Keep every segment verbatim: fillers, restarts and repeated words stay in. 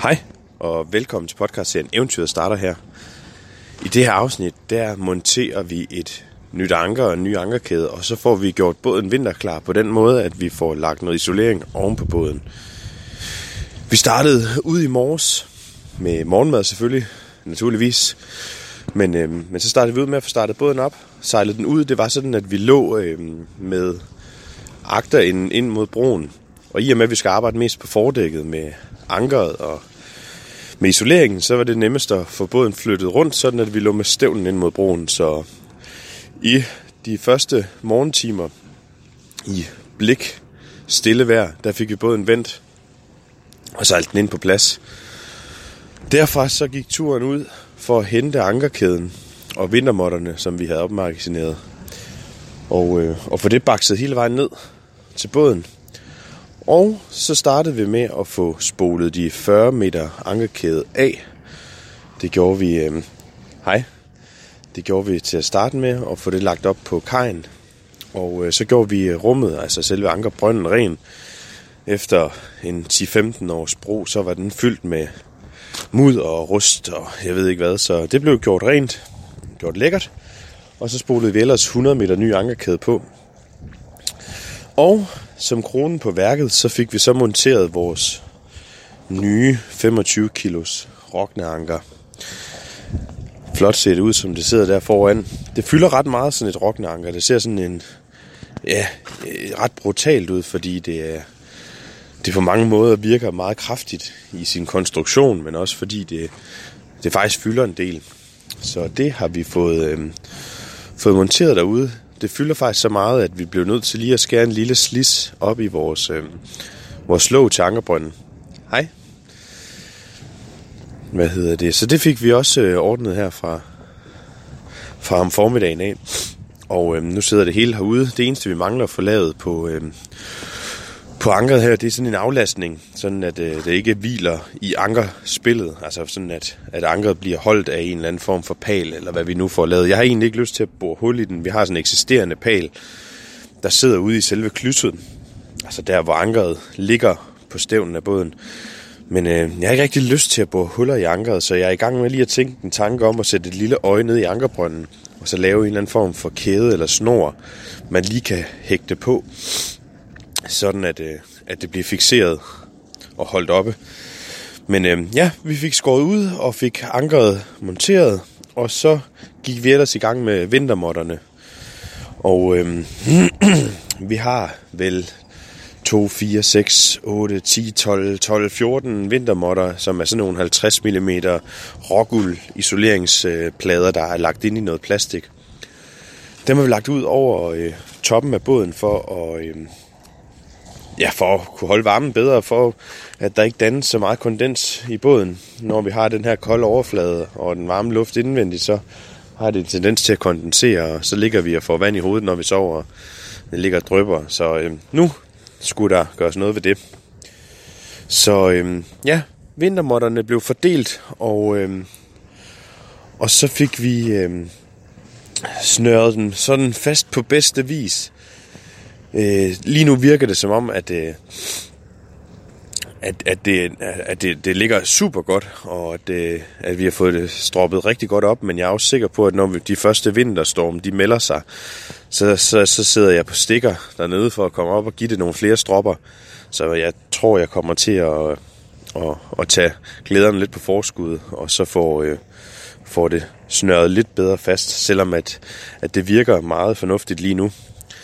Hej, og velkommen til podcastserien Eventyret starter her. I det her afsnit, der monterer vi et nyt anker og en ny ankerkæde, og så får vi gjort båden vinterklar på den måde, at vi får lagt noget isolering oven på båden. Vi startede ud i morges med morgenmad selvfølgelig, naturligvis. Men, øh, men så startede vi ud med at få startet båden op, sejlede den ud. Det var sådan, at vi lå øh, med agterenden ind mod broen. Og i og med, at vi skal arbejde mest på fordækket med ankeret og med isoleringen, så var det nemmest at få båden flyttet rundt, sådan at vi lå med stævnen ind mod broen. Så i de første morgentimer i blik stille vejr, der fik vi båden vendt og sejlede den ind på plads. Derfra så gik turen ud for at hente ankerkæden og vintermåtterne, som vi havde opmagasineret. Og, øh, og få det bakset hele vejen ned til båden. Og så startede vi med at få spolet de fyrre meter ankerkæde af. Det gjorde vi, øh, hej, det gjorde vi til at starte med og få det lagt op på kajen. Og øh, så gjorde vi rummet, altså selve ankerbrønden, ren. Efter en ti til femten års brug, så var den fyldt med mud og rust og jeg ved ikke hvad. Så det blev gjort rent, gjort lækkert. Og så spolede vi ellers hundrede meter ny ankerkæde på. Og som kronen på værket, så fik vi så monteret vores nye femogtyve kilos Rockne-anker. Flot ser det ud, som det sidder der foran. Det fylder ret meget, sådan et Rockne-anker. Det ser sådan en, ja, ret brutalt ud, fordi det er, det på mange måder virker meget kraftigt i sin konstruktion, men også fordi det, det faktisk fylder en del. Så det har vi fået, øh, fået monteret derude. Det fylder faktisk så meget, at vi blev nødt til lige at skære en lille slis op i vores, øh, vores låg til ankerbrønden. Hej. Hvad hedder det? Så det fik vi også øh, ordnet her fra, fra om formiddagen af. Og øh, nu sidder det hele herude. Det eneste, vi mangler at få lavet på, øh, på ankeret her, det er sådan en aflastning, sådan at øh, det ikke hviler i ankerspillet. Altså sådan, at, at ankeret bliver holdt af en eller anden form for pal, eller hvad vi nu får lavet. Jeg har egentlig ikke lyst til at bore hul i den. Vi har sådan en eksisterende pal, der sidder ude i selve klydset. Altså der, hvor ankeret ligger på stævnen af båden. Men øh, jeg har ikke rigtig lyst til at bore huller i ankeret, så jeg er i gang med lige at tænke en tanke om at sætte et lille øje ned i ankerbrønden, og så lave en eller anden form for kæde eller snor, man lige kan hægte på, sådan at, øh, at det bliver fikseret og holdt oppe. Men øh, ja, vi fik skåret ud og fik ankeret monteret, og så gik vi ellers i gang med vintermåtterne. Og øh, vi har vel to, fire, seks, otte, ti, tolv, tolv, fjorten vintermåtter, som er sådan nogle halvtreds millimeter råguld isoleringsplader, der er lagt ind i noget plastik. Dem har vi lagt ud over øh, toppen af båden for at, øh, ja, for at kunne holde varmen bedre, for at der ikke dannes så meget kondens i båden. Når vi har den her kolde overflade og den varme luft indvendigt, så har det en tendens til at kondensere, og så ligger vi og får vand i hovedet, når vi sover. Det ligger og drypper, så øh, nu skulle der gøres noget ved det. Så øh, ja, vintermåtterne blev fordelt, og, øh, og så fik vi øh, snøret den sådan fast på bedste vis. Øh, lige nu virker det som om, at, øh, at, at, det, at det, det ligger super godt, og at, øh, at vi har fået det stroppet rigtig godt op, men jeg er også sikker på, at når de første vinterstorme, de melder sig, så, så, så sidder jeg på stikker dernede for at komme op og give det nogle flere stropper. Så jeg tror, jeg kommer til at, at, at tage glæderne lidt på forskud, og så får, øh, får det snøret lidt bedre fast, selvom at, at det virker meget fornuftigt lige nu.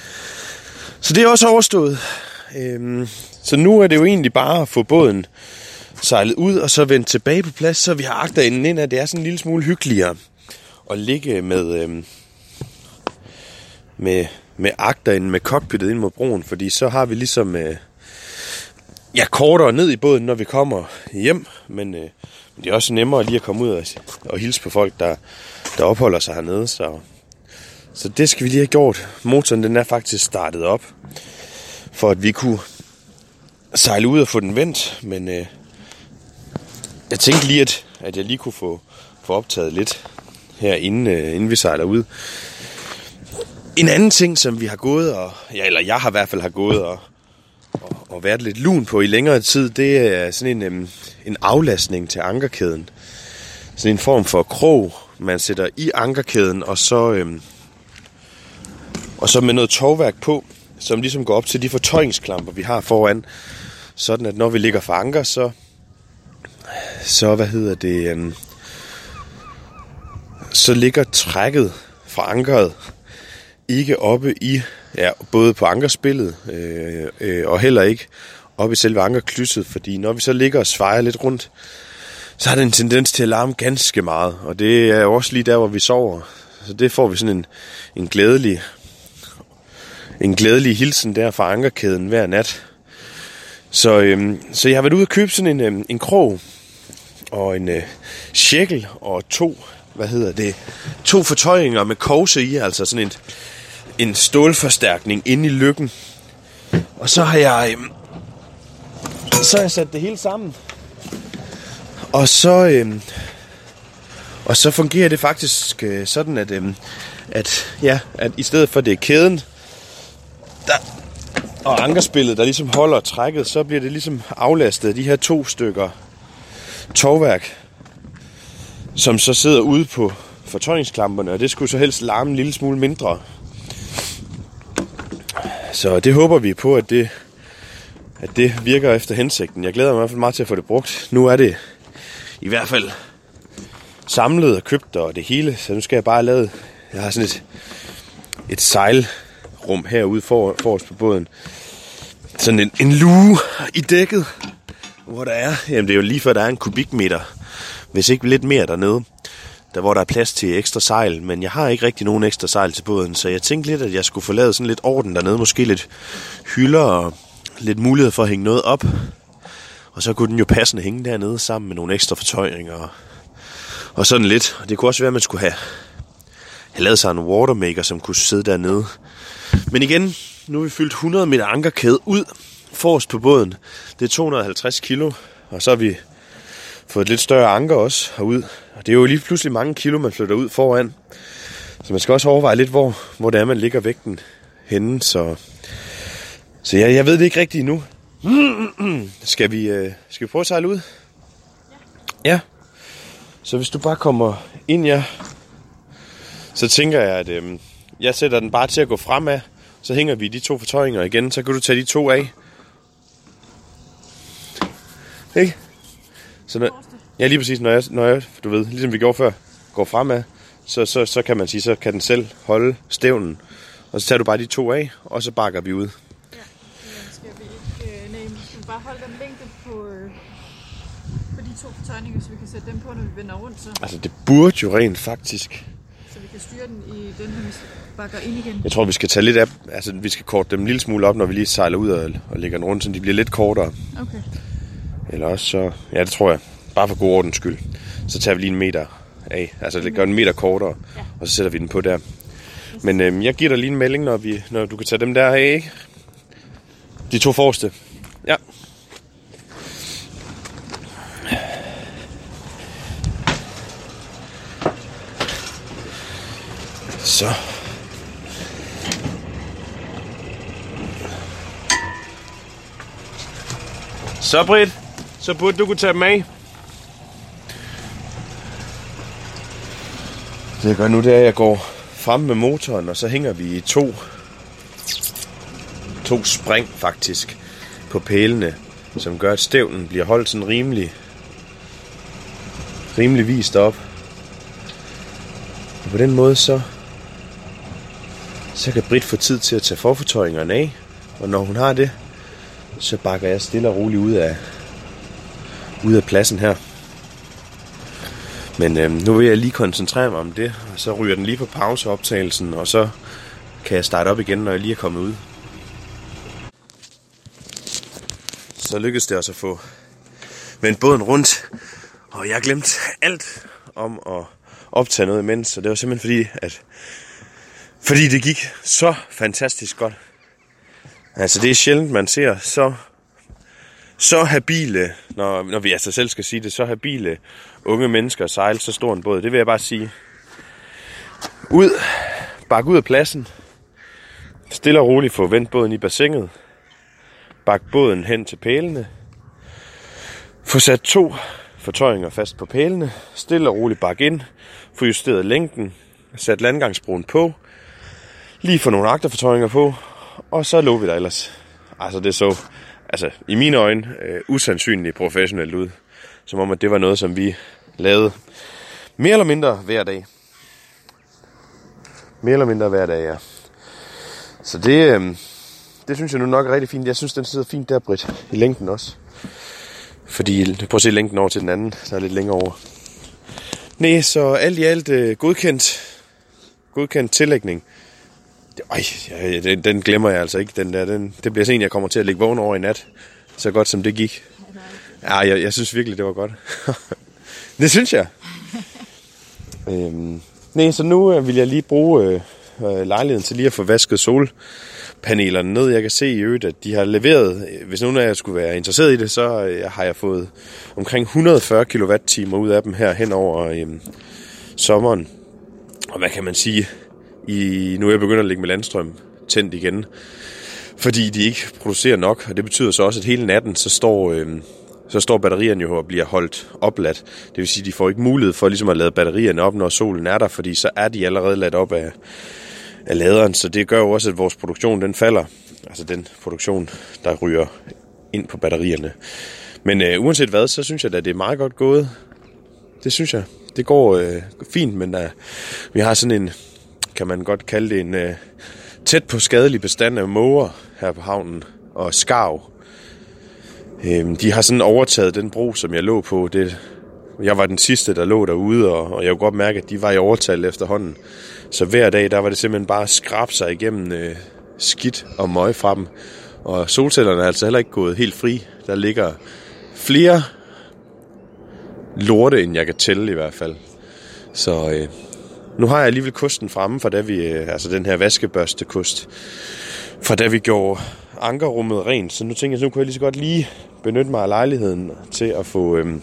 Så det er også overstået. Øhm, så nu er det jo egentlig bare at få båden sejlet ud, og så vendt tilbage på plads, så vi har agterenden ind, at det er sådan en lille smule hyggeligere at ligge med, øhm, med, med agterenden, med cockpittet ind mod broen, fordi så har vi ligesom øh, ja, kortere ned i båden, når vi kommer hjem, men øh, det er også nemmere lige at komme ud og, og hilse på folk, der, der opholder sig hernede, så... Så det skal vi lige have gjort. Motoren, den er faktisk startet op, for at vi kunne sejle ud og få den vendt. Men øh, jeg tænkte lige, at, at jeg lige kunne få, få optaget lidt her, inden, øh, inden vi sejler ud. En anden ting, som vi har gået, og, ja, eller jeg har i hvert fald har gået og, og, og været lidt lun på i længere tid, det er sådan en, en aflastning til ankerkæden. Sådan en form for krog, man sætter i ankerkæden, og så, øhm, og så med noget tovværk på, som ligesom går op til de fortøjningsklamper, vi har foran. Sådan at når vi ligger for anker, så, så hvad hedder det, øhm, så ligger trækket fra ankeret ikke oppe i, ja, både på ankerspillet øh, øh, og heller ikke oppe i selve ankerklydset, fordi når vi så ligger og svejer lidt rundt, så har det en tendens til at larme ganske meget, og det er også lige der, hvor vi sover. Så det får vi sådan en, en glædelig en glædelig hilsen der fra ankerkæden hver nat. Så, øhm, så jeg har været ude og købe sådan en, øhm, en krog og en øh, sjekkel og to, hvad hedder det, to fortøjninger med kovse i, altså sådan en, en stålforstærkning inde i lykken. Og så har jeg øhm, så har jeg sat det hele sammen. Og så øhm, og så fungerer det faktisk øh, sådan at øhm, at ja, at i stedet for det er kæden der og ankerspillet, der ligesom holder trækket, så bliver det ligesom aflastet af de her to stykker tovværk, som så sidder ude på fortøjningsklamperne, og det skulle så helst larme en lille smule mindre. Så det håber vi på, at det, at det virker efter hensigten. Jeg glæder mig i hvert fald meget til at få det brugt. Nu er det i hvert fald samlet og købt og det hele, så nu skal jeg bare lave, jeg har sådan et, et sejlrum herude for, forrest på båden. Sådan en, en luge i dækket, hvor der er, jamen det er jo lige før der er en kubikmeter, hvis ikke lidt mere dernede, der hvor der er plads til ekstra sejl, men jeg har ikke rigtig nogen ekstra sejl til båden, så jeg tænkte lidt, at jeg skulle få lavet sådan lidt orden dernede, måske lidt hylder og lidt mulighed for at hænge noget op, og så kunne den jo passende hænge dernede sammen med nogle ekstra fortøjninger og, og sådan lidt. Og det kunne også være, at man skulle have, have lavet sig en watermaker, som kunne sidde dernede. Men igen, nu har vi fyldt hundrede meter ankerkæde ud forrest på båden. Det er to hundrede og halvtreds kilo, og så har vi fået et lidt større anker også herud. Og det er jo lige pludselig mange kilo, man flytter ud foran. Så man skal også overveje lidt, hvor, hvor det er, man ligger vægten henne. Så, så jeg, jeg ved det ikke rigtigt endnu. Skal vi, øh, skal vi prøve at sejle ud? Ja. Ja. Så hvis du bare kommer ind, ja, så tænker jeg, at øh, jeg sætter den bare til at gå fremad. Så hænger vi de to fortøjninger igen. Så kan du tage de to af. Ikke? Så når, ja, lige præcis, når jeg, når jeg, du ved, ligesom vi gjorde før, går fremad, så, så, så kan man sige, så kan den selv holde stævnen. Og så tager du bare de to af, og så bakker vi ud. Ja, men skal vi ikke, øh, nej, vi skal bare holde den længde på, øh, på de to fortøjninger, så vi kan sætte dem på, når vi vender rundt. Så. Altså, det burde jo rent faktisk. Så vi kan styre den i den her, vi bakker ind igen. Jeg tror, vi skal tage lidt af, altså vi skal korte dem en lille smule op, når vi lige sejler ud og, og lægger den rundt, så de bliver lidt kortere. Okay. Eller også så, ja, det tror jeg, bare for god ordens skyld. Så tager vi lige en meter af, altså det gør en meter kortere, ja. Og så sætter vi den på der. Yes. Men øhm, jeg giver dig lige en melding, når, vi, når du kan tage dem der af, ikke? De to forreste. Ja. Så. Så, Britt. Så burde du kunne tage dem af. Det jeg gør nu, det er, at jeg går frem med motoren, og så hænger vi i to, to spring faktisk på pælene, som gør, at stævnen bliver holdt sådan rimelig, rimelig vist op. Og på den måde, så, så kan Britt få tid til at tage forfortøjningerne af, og når hun har det, så bakker jeg stille og roligt ud af, ud af pladsen her. Men øhm, nu vil jeg lige koncentrere mig om det, og så ryger den lige på pauseoptagelsen, og så kan jeg starte op igen, når jeg lige er kommet ud. Så lykkedes det også at få vendt båden rundt, og jeg glemte alt om at optage noget imens, så det var simpelthen fordi, at fordi det gik så fantastisk godt. Altså det er sjældent, man ser så så habile, når, når vi altså selv skal sige det, så habile unge mennesker sejle så stor en båd. Det vil jeg bare sige. Ud, bakke ud af pladsen, stille og roligt få vendt båden i bassinet, bakke båden hen til pælene, få sat to fortøjninger fast på pælene, stille og roligt bakke ind, få justeret længden, sat landgangsbroen på, lige få nogle agterfortøjninger på, og så lå vi der ellers. Altså det så, altså i mine øjne, øh, usandsynligt professionelt ud. Som om, at det var noget, som vi lavede mere eller mindre hver dag. Mere eller mindre hver dag, ja. Så det, øh, det synes jeg nu nok er rigtig fint. Jeg synes, den sidder fint der, Britt, i længden også. Fordi, prøv at se længden over til den anden, der er lidt længere over. Nej, så alt i alt øh, godkendt, godkendt tillægning. Ej, ja, den, den glemmer jeg altså ikke. Den der, den, det bliver sådan, jeg kommer til at ligge vågen over i nat. Så godt som det gik. Ja, jeg, jeg synes virkelig, det var godt. Det synes jeg. øhm, nej, så nu vil jeg lige bruge øh, lejligheden til lige at få vasket solpanelerne ned. Jeg kan se i øvrigt, at de har leveret, hvis nogen af jer skulle være interesseret i det, så øh, har jeg fået omkring et hundrede og fyrre kilowatt-timer ud af dem her hen over øh, sommeren. Og hvad kan man sige? I, nu er jeg begyndt at lægge med landstrøm tændt igen, fordi de ikke producerer nok, og det betyder så også, at hele natten, så står, øh, så står batterierne jo og bliver holdt opladt. Det vil sige, at de får ikke mulighed for ligesom at lade batterierne op, når solen er der, fordi så er de allerede ladt op af, af laderen, så det gør jo også, at vores produktion den falder, altså den produktion, der ryger ind på batterierne. Men øh, uanset hvad, så synes jeg, at det er meget godt gået. Det synes jeg. Det går øh, fint, men øh, vi har sådan en, kan man godt kalde det en øh, tæt på skadelig bestand af måger her på havnen og skarv. Øhm, de har sådan overtaget den bro, som jeg lå på. Det, jeg var den sidste, der lå derude, og, og jeg kunne godt mærke, at de var i overtal efterhånden. Så hver dag, der var det simpelthen bare at skrabe sig igennem øh, skidt og møg fra dem. Og solcellerne er altså heller ikke gået helt fri. Der ligger flere lorte, end jeg kan tælle i hvert fald. Så øh, nu har jeg alligevel kosten fremme, fra da vi, øh, altså den her vaskebørstekost, fra da vi gjorde ankerrummet rent. Så nu tænker jeg, så nu kunne jeg lige så godt lige benytte mig af lejligheden til at få, øh,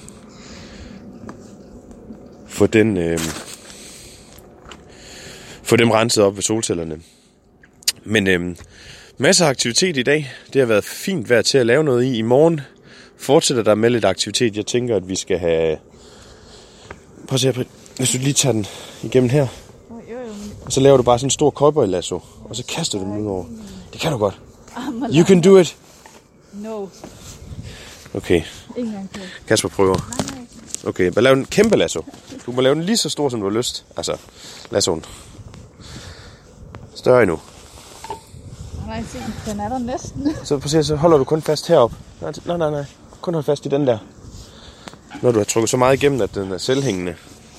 få, den, øh, få dem renset op ved solcellerne. Men øh, masser af aktivitet i dag. Det har været fint vejr til at lave noget i. I morgen fortsætter der med lidt aktivitet. Jeg tænker, at vi skal have... Prøv at se her, hvis du lige tager den igennem her. Og så laver du bare sådan en stor cowboy-lasso. Og så kaster du den ud over. Det kan du godt. You can do it. No. Okay. Ingen gang til. Kasper prøver. Okay, bare lav en kæmpe lasso. Du må lave den lige så stor, som du har lyst. Altså, lassoen. Større endnu. Nej, se, den er der næsten. Så prøv at se, så holder du kun fast heroppe. Nej, nej, nej, nej. Kun hold fast i den der. Når du har trukket så meget igennem, at den er selvhængende.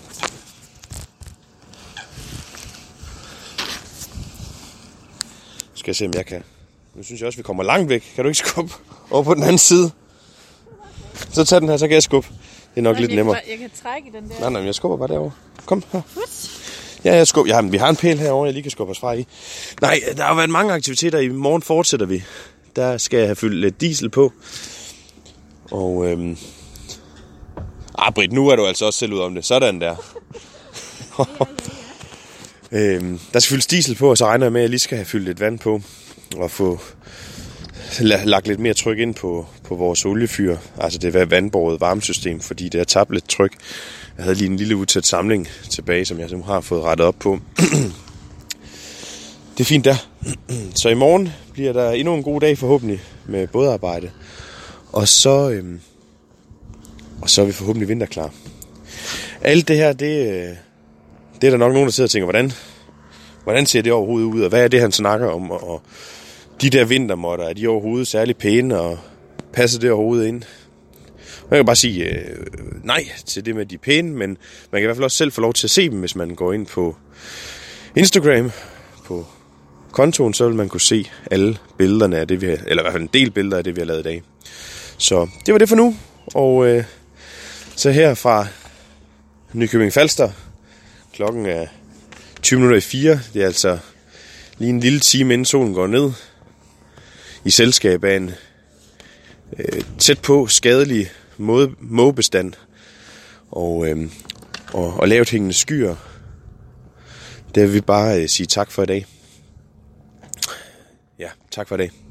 Skal jeg se, om jeg kan. Nu synes jeg også, vi kommer langt væk. Kan du ikke skubbe over på den anden side? Så tag den her, så kan jeg skubbe. Det er nok nej, lidt jeg nemmere. Kan, jeg kan trække i den der. Nej, nej, jeg skubber bare derovre. Kom her. Ja, jeg skubber. Ja, vi har en pæl herovre, jeg lige kan skubbe os fra i. Nej, der har været mange aktiviteter. I morgen fortsætter vi. Der skal jeg have fyldt lidt diesel på. Og øhm... Ah, Britt, nu er du altså også selv ud om det. Sådan der. ja, ja, ja. øhm, der skal fyldes diesel på, og så regner jeg med, at jeg lige skal have fyldt lidt vand på. Og få lagt lidt mere tryk ind på, på vores oliefyr. Altså det er vandbåret varmesystem, fordi det har tabt lidt tryk. Jeg havde lige en lille utæt samling tilbage, som jeg nu har fået rettet op på. Det er fint der. Så i morgen bliver der endnu en god dag forhåbentlig med bådarbejde. Og så, øhm, og så er vi forhåbentlig vinterklar. Alt det her, det, det er der nok nogen, der sidder og tænker, hvordan, hvordan ser det overhovedet ud, og hvad er det, han snakker om, og, og de der vintermåtter, er de overhovedet særlig pæne, og passer det overhovedet ind? Man kan bare sige øh, nej til det med de pæne, men man kan i hvert fald også selv få lov til at se dem, hvis man går ind på Instagram, på kontoen, så vil man kunne se alle billederne af det, vi har, eller i hvert fald en del billeder af det, vi har lavet i dag. Så det var det for nu, og øh, så her fra Nykøbing Falster, klokken er tyve minutter i fire, det er altså lige en lille time inden solen går ned, i selskab af en øh, tæt på skadelig mågebestand og, øh, og, og lavt hængende skyer. Det vil vi bare øh, sige tak for i dag. Ja, tak for i dag.